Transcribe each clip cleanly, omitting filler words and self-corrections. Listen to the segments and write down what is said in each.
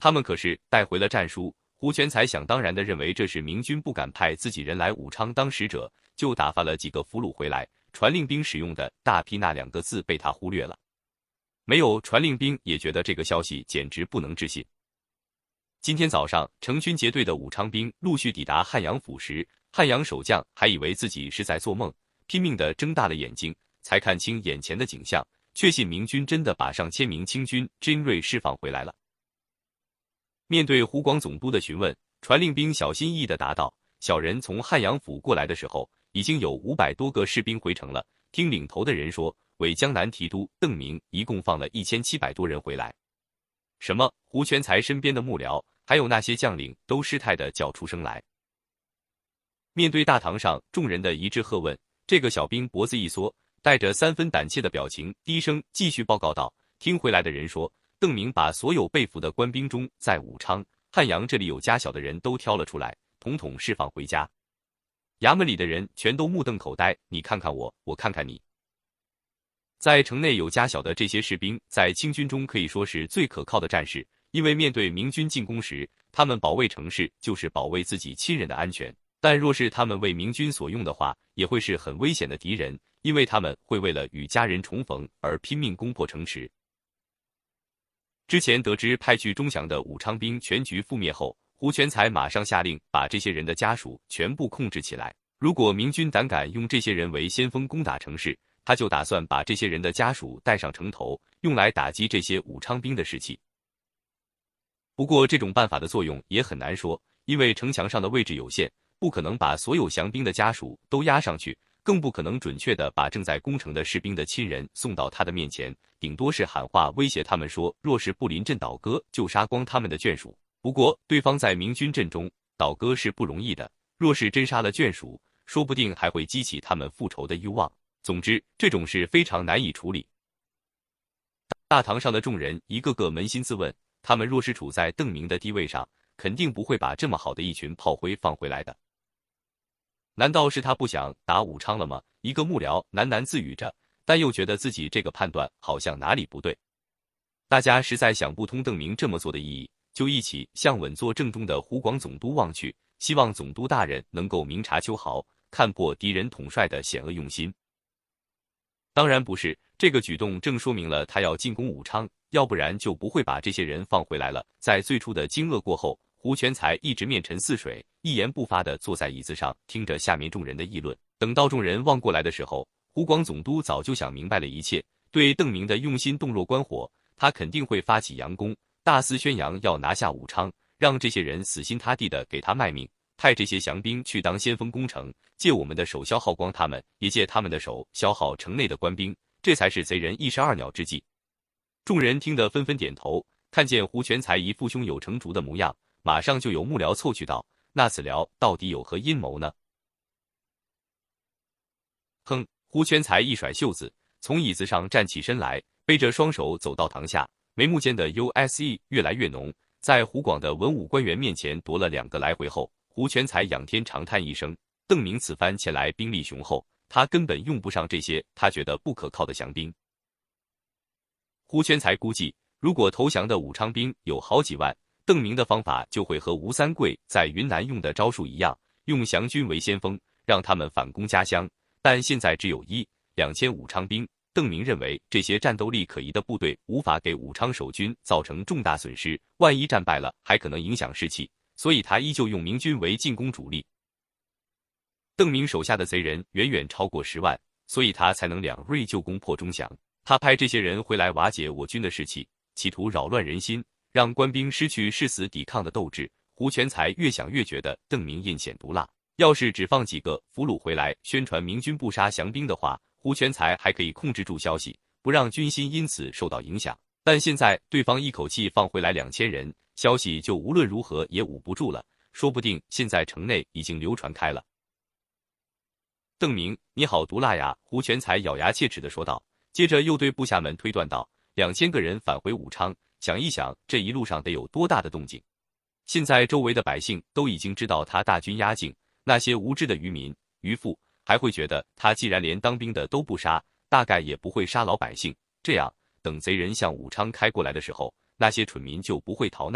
他们可是带回了战书。胡全才想当然地认为这是明军不敢派自己人来武昌当使者，就打发了几个俘虏回来。传令兵使用的大批那2个字被他忽略了。没有传令兵也觉得这个消息简直不能置信。今天早上，成群结队的武昌兵陆续抵达汉阳府时，汉阳守将还以为自己是在做梦，拼命地睁大了眼睛，才看清眼前的景象，确信明军真的把上千名清军精锐释放回来了。面对湖广总督的询问，传令兵小心翼翼地答道：“小人从汉阳府过来的时候，已经有500多个士兵回城了。听领头的人说，伪江南提督邓明一共放了1700多人回来。”什么？胡全才身边的幕僚，还有那些将领都失态地叫出声来。面对大堂上众人的一致喝问，这个小兵脖子一缩，带着3分胆怯的表情，低声继续报告道：“听回来的人说，邓明把所有被俘的官兵中，在武昌、汉阳这里有家小的人都挑了出来，统统释放回家。衙门里的人全都目瞪口呆，你看看我，我看看你。”在城内有家小的这些士兵，在清军中可以说是最可靠的战士，因为面对明军进攻时，他们保卫城市就是保卫自己亲人的安全。但若是他们为明军所用的话，也会是很危险的敌人，因为他们会为了与家人重逢而拼命攻破城池。之前得知派去钟祥的武昌兵全局覆灭后，胡全才马上下令把这些人的家属全部控制起来。如果明军胆敢用这些人为先锋攻打城市，他就打算把这些人的家属带上城头，用来打击这些武昌兵的士气。不过这种办法的作用也很难说，因为城墙上的位置有限，不可能把所有降兵的家属都押上去，更不可能准确地把正在攻城的士兵的亲人送到他的面前，顶多是喊话威胁他们说，若是不临阵倒戈，就杀光他们的眷属。不过对方在明军阵中，倒戈是不容易的，若是真杀了眷属，说不定还会激起他们复仇的欲望。总之，这种事非常难以处理。大堂上的众人一个个扪心自问，他们若是处在邓明的地位上，肯定不会把这么好的一群炮灰放回来的。难道是他不想打武昌了吗？一个幕僚喃喃自语着，但又觉得自己这个判断好像哪里不对。大家实在想不通邓明这么做的意义，就一起向稳坐正中的湖广总督望去，希望总督大人能够明察秋毫，看破敌人统帅的险恶用心。当然不是，这个举动正说明了他要进攻武昌，要不然就不会把这些人放回来了。在最初的惊愕过后，胡全才一直面沉似水，一言不发地坐在椅子上，听着下面众人的议论。等到众人望过来的时候，湖广总督早就想明白了一切，对邓明的用心洞若观火，他肯定会发起佯攻，大肆宣扬要拿下武昌，让这些人死心塌地地给他卖命，派这些降兵去当先锋攻城，借我们的手消耗光他们，也借他们的手消耗城内的官兵，这才是贼人一石二鸟之计。众人听得纷纷点头，看见胡全才一副胸有成竹的模样，马上就有幕僚凑去道：“那此僚到底有何阴谋呢？”哼！胡全才一甩袖子，从椅子上站起身来，背着双手走到堂下，眉目间的 USE 越来越浓，在湖广的文武官员面前踱了2个来回后，胡全才仰天长叹一声：“邓明此番前来兵力雄厚，他根本用不上这些他觉得不可靠的降兵。”胡全才估计，如果投降的武昌兵有好几万，邓明的方法就会和吴三桂在云南用的招数一样，用降军为先锋，让他们反攻家乡。但现在只有1-2千武昌兵，邓明认为这些战斗力可疑的部队无法给武昌守军造成重大损失，万一战败了，还可能影响士气，所以他依旧用明军为进攻主力。邓明手下的贼人远远超过10万，所以他才能2锐就攻破钟祥。他派这些人回来瓦解我军的士气，企图扰乱人心，让官兵失去誓死抵抗的斗志。胡全才越想越觉得邓明阴险毒辣，要是只放几个俘虏回来宣传明军不杀降兵的话，胡全才还可以控制住消息，不让军心因此受到影响。但现在对方一口气放回来2000人，消息就无论如何也捂不住了，说不定现在城内已经流传开了。邓明，你好毒辣呀！胡全才咬牙切齿地说道，接着又对部下们推断道：2000个人返回武昌，想一想这一路上得有多大的动静。现在周围的百姓都已经知道他大军压境，那些无知的渔民、渔妇还会觉得他既然连当兵的都不杀，大概也不会杀老百姓。这样，等贼人向武昌开过来的时候，那些蠢民就不会逃难，更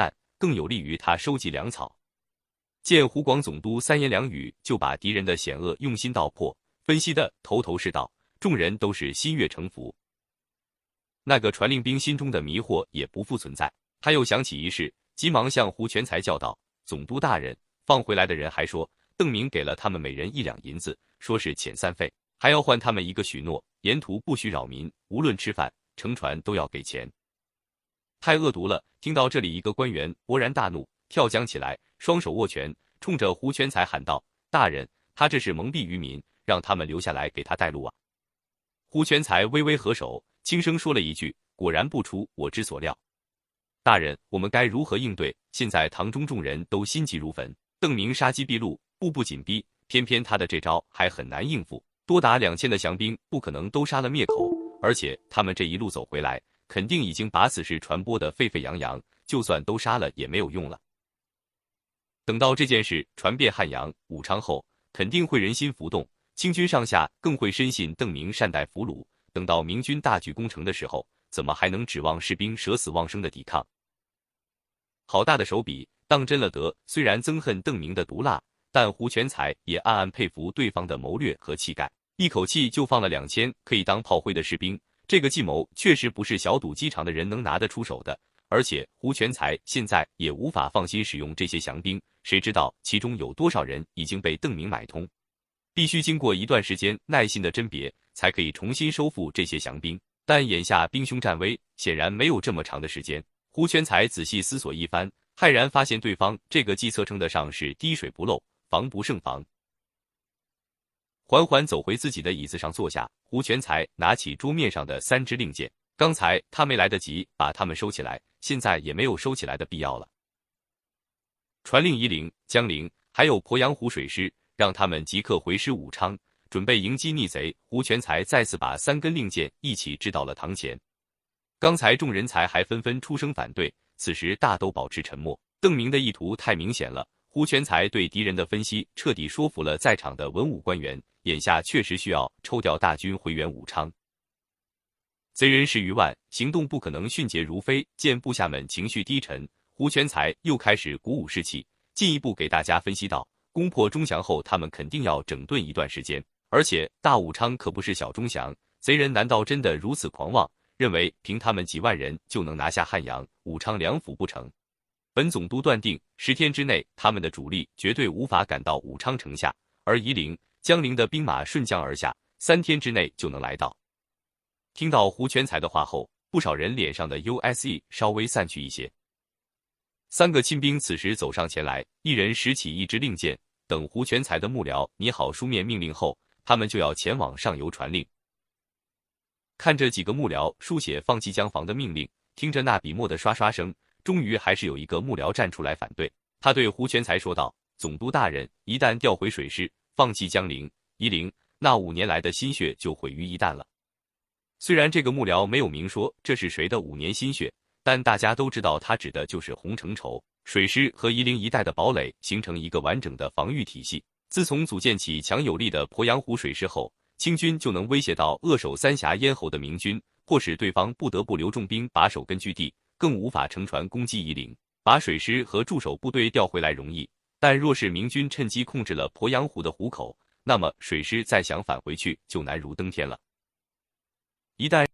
更有利于他收集粮草。见湖广总督三言两语就把敌人的险恶用心道破，分析的头头是道，众人都是心悦诚服。那个传令兵心中的迷惑也不复存在，他又想起一事，急忙向胡全才叫道：“总督大人，放回来的人还说，邓明给了他们每人1两银子，说是遣散费，还要换他们一个许诺，沿途不许扰民，无论吃饭、乘船都要给钱。”太恶毒了！听到这里，一个官员勃然大怒，跳江起来，双手握拳，冲着胡全才喊道：“大人，他这是蒙蔽于民，让他们留下来给他带路啊！”胡全才微微合手，轻声说了一句：“果然不出我之所料。大人，我们该如何应对？现在堂中众人都心急如焚，邓明杀机毕露，步步紧逼，偏偏他的这招还很难应付。多达2000的降兵，不可能都杀了灭口，而且他们这一路走回来，肯定已经把此事传播得沸沸扬扬，就算都杀了也没有用了。等到这件事传遍汉阳、武昌后，肯定会人心浮动，清军上下更会深信邓明善待俘虏。等到明军大举攻城的时候，怎么还能指望士兵舍死忘生的抵抗？好大的手笔，当真了得！虽然憎恨邓明的毒辣，但胡全才也暗暗佩服对方的谋略和气概，一口气就放了2000可以当炮灰的士兵，这个计谋确实不是小赌鸡肠的人能拿得出手的。而且胡全才现在也无法放心使用这些降兵，谁知道其中有多少人已经被邓明买通？必须经过一段时间耐心的甄别，才可以重新收复这些降兵。但眼下兵凶战危，显然没有这么长的时间。胡全才仔细思索一番，骇然发现对方这个计策称得上是滴水不漏，防不胜防。缓缓走回自己的椅子上坐下，胡全才拿起桌面上的3支令箭，刚才他没来得及把它们收起来，现在也没有收起来的必要了。传令夷陵、江陵还有鄱阳湖水师，让他们即刻回师武昌，准备迎击逆贼。胡全才再次把3根令箭一起支到了堂前。刚才众人才还纷纷出声反对，此时大都保持沉默。邓明的意图太明显了，胡全才对敌人的分析彻底说服了在场的文武官员，眼下确实需要抽调大军回援武昌。贼人10余万，行动不可能迅捷如飞。见部下们情绪低沉，胡全才又开始鼓舞士气，进一步给大家分析道：攻破钟祥后，他们肯定要整顿一段时间，而且大武昌可不是小钟祥，贼人难道真的如此狂妄，认为凭他们几万人就能拿下汉阳、武昌2府不成？本总督断定10天之内，他们的主力绝对无法赶到武昌城下，而夷陵、江陵的兵马顺江而下，3天之内就能来到。听到胡全才的话后，不少人脸上的忧 se 稍微散去一些。3个亲兵此时走上前来，一人拾起一支令箭，等胡全才的幕僚拟好书面命令后，他们就要前往上游传令。看着几个幕僚书写放弃江防的命令，听着那笔墨的刷刷声，终于还是有一个幕僚站出来反对。他对胡全才说道：总督大人，一旦调回水师，放弃江陵、夷陵，那5年来的心血就毁于一旦了。虽然这个幕僚没有明说这是谁的5年心血，但大家都知道他指的就是洪承畴。水师和夷陵一带的堡垒形成一个完整的防御体系，自从组建起强有力的鄱阳湖水师后，清军就能威胁到扼守三峡咽喉的明军，迫使对方不得不留重兵把守根据地，更无法乘船攻击夷陵。把水师和驻守部队调回来容易，但若是明军趁机控制了鄱阳湖的湖口，那么水师再想返回去就难如登天了。一旦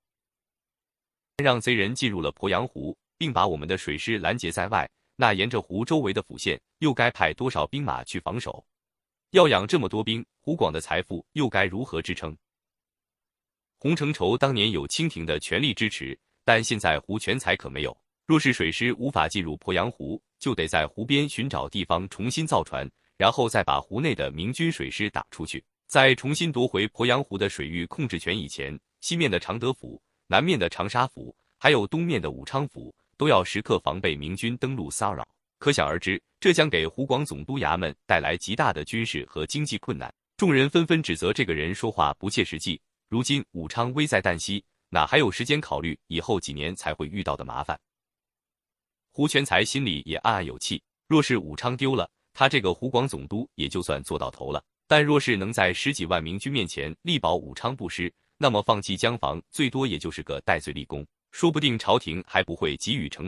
让贼人进入了鄱阳湖，并把我们的水师拦截在外，那沿着湖周围的府县又该派多少兵马去防守？要养这么多兵，湖广的财富又该如何支撑？洪承畴当年有清廷的全力支持，但现在胡全才可没有。若是水师无法进入鄱阳湖，就得在湖边寻找地方重新造船，然后再把湖内的明军水师打出去。在重新夺回鄱阳湖的水域控制权以前，西面的常德府、南面的长沙府，还有东面的武昌府，都要时刻防备明军登陆骚扰。可想而知，这将给湖广总督衙门带来极大的军事和经济困难。众人纷纷指责这个人说话不切实际。如今武昌危在旦夕，哪还有时间考虑以后几年才会遇到的麻烦？胡全才心里也暗暗有气，若是武昌丢了，他这个湖广总督也就算做到头了。但若是能在10几万明军面前力保武昌不失，那么放弃江防最多也就是个戴罪立功，说不定朝廷还不会给予惩罚。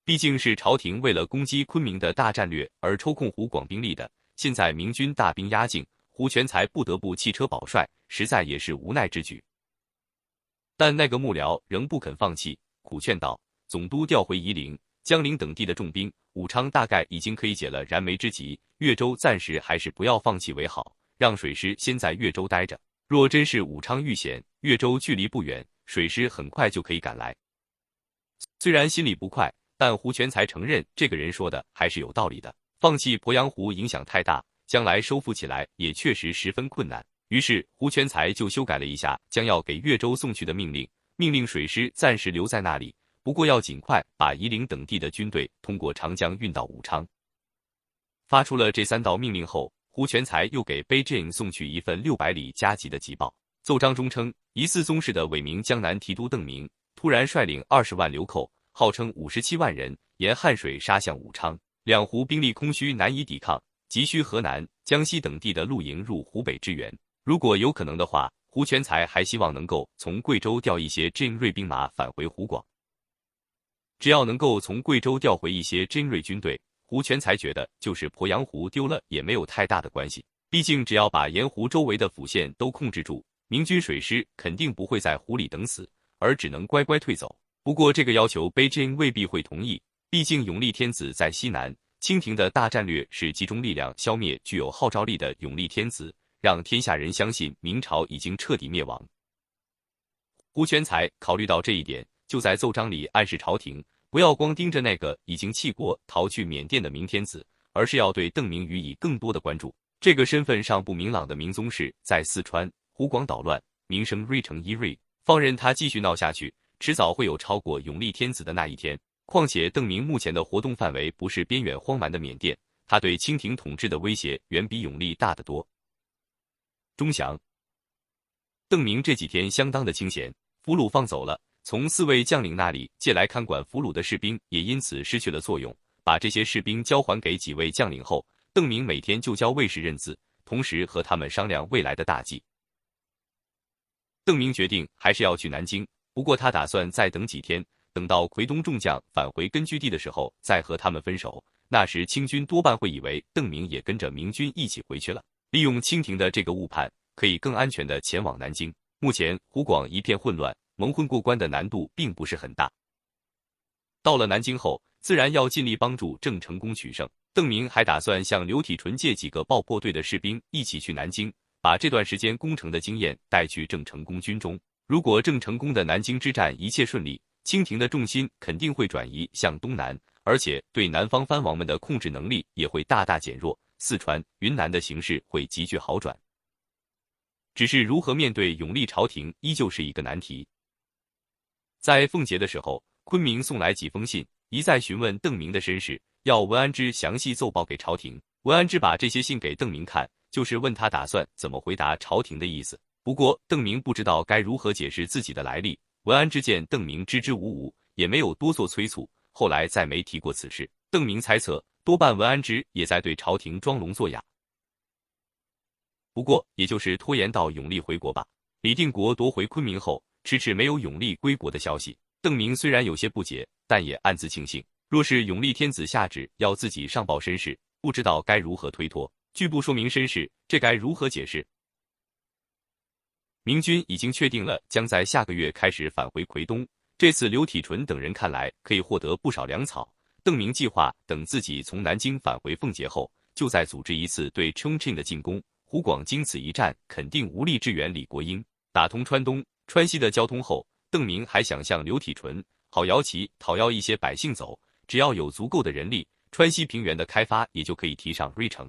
毕竟是朝廷为了攻击昆明的大战略而抽空湖广兵力的，现在明军大兵压境，胡全才不得不弃车保帅，实在也是无奈之举。但那个幕僚仍不肯放弃，苦劝道：“总督调回夷陵、江陵等地的重兵，武昌大概已经可以解了燃眉之急，越州暂时还是不要放弃为好，让水师先在越州待着。若真是武昌遇险，越州距离不远，水师很快就可以赶来。”虽然心里不快，但胡全才承认这个人说的还是有道理的。放弃鄱阳湖影响太大，将来收复起来也确实十分困难。于是胡全才就修改了一下将要给越州送去的命令，命令水师暂时留在那里，不过要尽快把夷陵等地的军队通过长江运到武昌。发出了这3道命令后，胡全才又给北京送去一份600里加急的急报。奏章中称，疑似宗室的伪名江南提督邓明突然率领20万流寇，号称57万人，沿汉水杀向武昌，两湖兵力空虚，难以抵抗，急需河南、江西等地的陆营入湖北支援。如果有可能的话，胡全才还希望能够从贵州调一些精锐兵马返回湖广。只要能够从贵州调回一些精锐军队，胡全才觉得就是鄱阳湖丢了也没有太大的关系。毕竟只要把沿湖周围的府县都控制住，明军水师肯定不会在湖里等死，而只能乖乖退走。不过这个要求北京未必会同意，毕竟永历天子在西南，清廷的大战略是集中力量消灭具有号召力的永历天子，让天下人相信明朝已经彻底灭亡。胡全才考虑到这一点，就在奏章里暗示朝廷不要光盯着那个已经弃国逃去缅甸的明天子，而是要对邓明予以更多的关注。这个身份尚不明朗的明宗室在四川、湖广捣乱，名声锐成一锐，放任他继续闹下去，迟早会有超过永历天子的那一天。况且邓明目前的活动范围不是边远荒蛮的缅甸，他对清廷统治的威胁远比永历大得多。钟祥，邓明这几天相当的清闲，俘虏放走了，从4位将领那里借来看管俘虏的士兵也因此失去了作用。把这些士兵交还给几位将领后，邓明每天就教卫士认字，同时和他们商量未来的大计。邓明决定还是要去南京，不过他打算再等几天，等到奎东众将返回根据地的时候再和他们分手。那时清军多半会以为邓明也跟着明军一起回去了，利用清廷的这个误判，可以更安全地前往南京。目前湖广一片混乱，蒙混过关的难度并不是很大。到了南京后，自然要尽力帮助郑成功取胜。邓明还打算向刘体纯借几个爆破队的士兵一起去南京，把这段时间攻城的经验带去郑成功军中。如果郑成功的南京之战一切顺利，清廷的重心肯定会转移向东南，而且对南方藩王们的控制能力也会大大减弱，四川、云南的形势会急剧好转。只是如何面对永历朝廷依旧是一个难题。在奉节的时候，昆明送来几封信，一再询问邓明的身世，要文安之详细奏报给朝廷。文安之把这些信给邓明看，就是问他打算怎么回答朝廷的意思。不过邓明不知道该如何解释自己的来历，文安之见邓明支支吾吾，也没有多做催促，后来再没提过此事。邓明猜测，多半文安之也在对朝廷装聋作哑。不过也就是拖延到永历回国吧。李定国夺回昆明后，迟迟没有永历归国的消息。邓明虽然有些不解，但也暗自庆幸，若是永历天子下旨要自己上报身世，不知道该如何推脱。拒不说明身世，这该如何解释？明军已经确定了将在下个月开始返回奎东，这次刘体纯等人看来可以获得不少粮草。邓明计划等自己从南京返回奉节后，就再组织一次对 Chongqing 的进攻。湖广经此一战肯定无力支援李国英，打通川东、川西的交通后，邓明还想向刘体纯、郝瑶琪讨要一些百姓走，只要有足够的人力，川西平原的开发也就可以提上瑞城。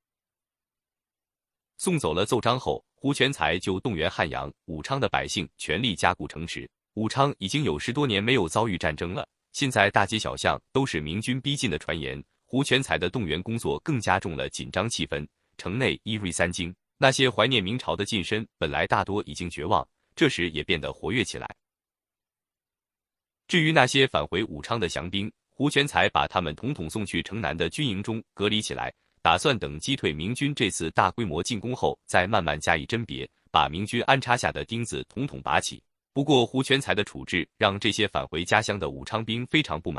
送走了奏章后，胡全才就动员汉阳、武昌的百姓全力加固城池。武昌已经有10多年没有遭遇战争了，现在大街小巷都是明军逼近的传言。胡全才的动员工作更加重了紧张气氛。城内一瑞三惊，那些怀念明朝的近身本来大多已经绝望，这时也变得活跃起来。至于那些返回武昌的降兵，胡全才把他们统统送去城南的军营中隔离起来，打算等击退明军这次大规模进攻后再慢慢加以甄别，把明军安插下的钉子统统拔起。不过胡全才的处置让这些返回家乡的武昌兵非常不满，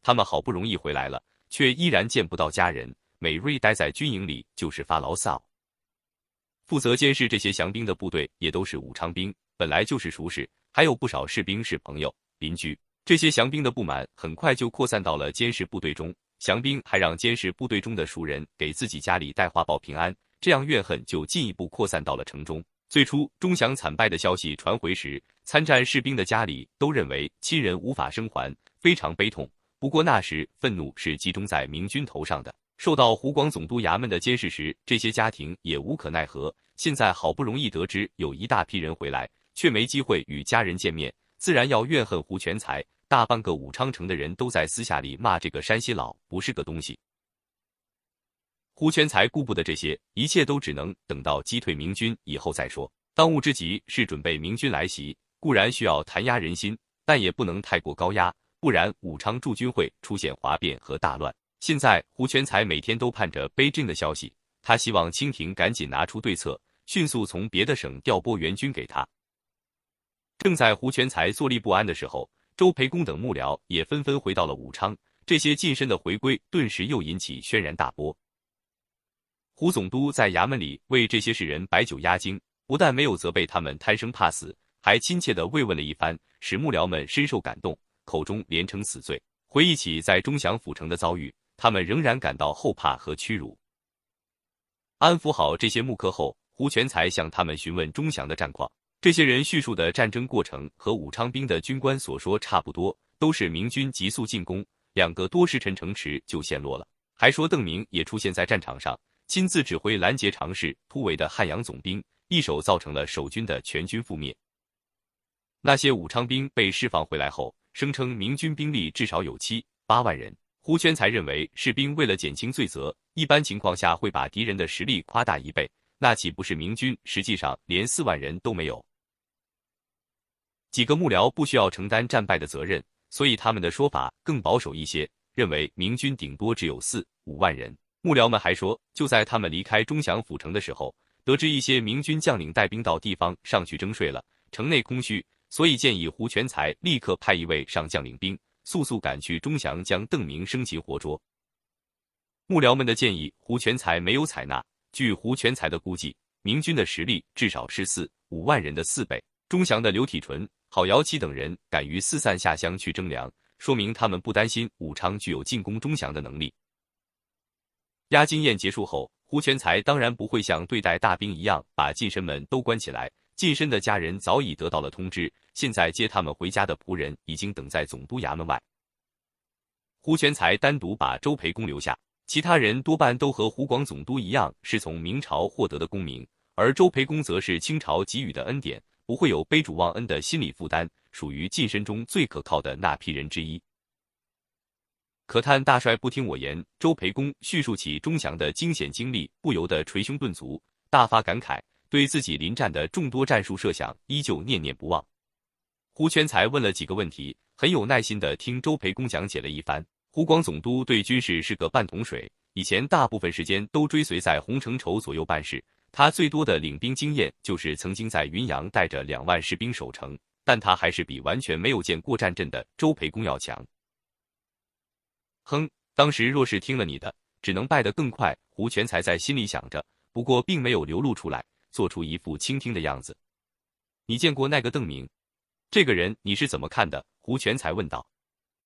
他们好不容易回来了，却依然见不到家人，每日待在军营里就是发牢骚。负责监视这些降兵的部队也都是武昌兵，本来就是熟识，还有不少士兵是朋友、邻居。这些降兵的不满很快就扩散到了监视部队中，降兵还让监视部队中的熟人给自己家里带话报平安，这样怨恨就进一步扩散到了城中。最初钟祥惨败的消息传回时，参战士兵的家里都认为亲人无法生还，非常悲痛。不过那时愤怒是集中在明军头上的。受到湖广总督衙门的监视时，这些家庭也无可奈何。现在好不容易得知有一大批人回来，却没机会与家人见面，自然要怨恨胡全才。大半个武昌城的人都在私下里骂这个山西佬不是个东西。胡全才顾不得这些，一切都只能等到击退明军以后再说。当务之急是准备明军来袭，固然需要弹压人心，但也不能太过高压，不然武昌驻军会出现哗变和大乱。现在胡全才每天都盼着北京的消息，他希望清廷赶紧拿出对策，迅速从别的省调拨援军给他。正在胡全才坐立不安的时候，周培公等幕僚也纷纷回到了武昌，这些近身的回归顿时又引起轩然大波。胡总督在衙门里为这些士人摆酒压惊，不但没有责备他们贪生怕死，还亲切地慰问了一番，使幕僚们深受感动，口中连称死罪。回忆起在钟祥府城的遭遇，他们仍然感到后怕和屈辱。安抚好这些幕客后，胡全才向他们询问钟祥的战况。这些人叙述的战争过程和武昌兵的军官所说差不多，都是明军急速进攻，2个多时辰城池就陷落了。还说邓明也出现在战场上，亲自指挥拦截尝试突围的汉阳总兵，一手造成了守军的全军覆灭。那些武昌兵被释放回来后，声称明军兵力至少有7、8万人。胡全才认为士兵为了减轻罪责，一般情况下会把敌人的实力夸大1倍，那岂不是明军实际上连4万人都没有？几个幕僚不需要承担战败的责任，所以他们的说法更保守一些，认为明军顶多只有4、5万人。幕僚们还说，就在他们离开钟祥府城的时候，得知一些明军将领带兵到地方上去征税了，城内空虚，所以建议胡全才立刻派一位上将领兵，速速赶去钟祥将邓明生擒活捉。幕僚们的建议，胡全才没有采纳。据胡全才的估计，明军的实力至少是4、5万人的4倍。钟祥的刘体纯、郝瑶琪等人敢于四散下乡去征粮，说明他们不担心武昌具有进攻钟祥的能力。押金宴结束后，胡全才当然不会像对待大兵一样把近身们都关起来，近身的家人早已得到了通知，现在接他们回家的仆人已经等在总督衙门外。胡全才单独把周培公留下，其他人多半都和湖广总督一样是从明朝获得的功名，而周培公则是清朝给予的恩典，不会有背主忘恩的心理负担，属于近身中最可靠的那批人之一。可叹大帅不听我言，周培公叙述起钟祥的惊险经历，不由得捶胸顿足，大发感慨，对自己临战的众多战术设想依旧念念不忘。胡全才问了几个问题，很有耐心地听周培公讲解了一番。湖广总督对军事是个半桶水，以前大部分时间都追随在洪承畴左右办事，他最多的领兵经验就是曾经在云阳带着2万士兵守城，但他还是比完全没有见过战阵的周培公要强。哼，当时若是听了你的，只能败得更快。胡全才在心里想着，不过并没有流露出来，做出一副倾听的样子。你见过那个邓明？这个人你是怎么看的？胡全才问道。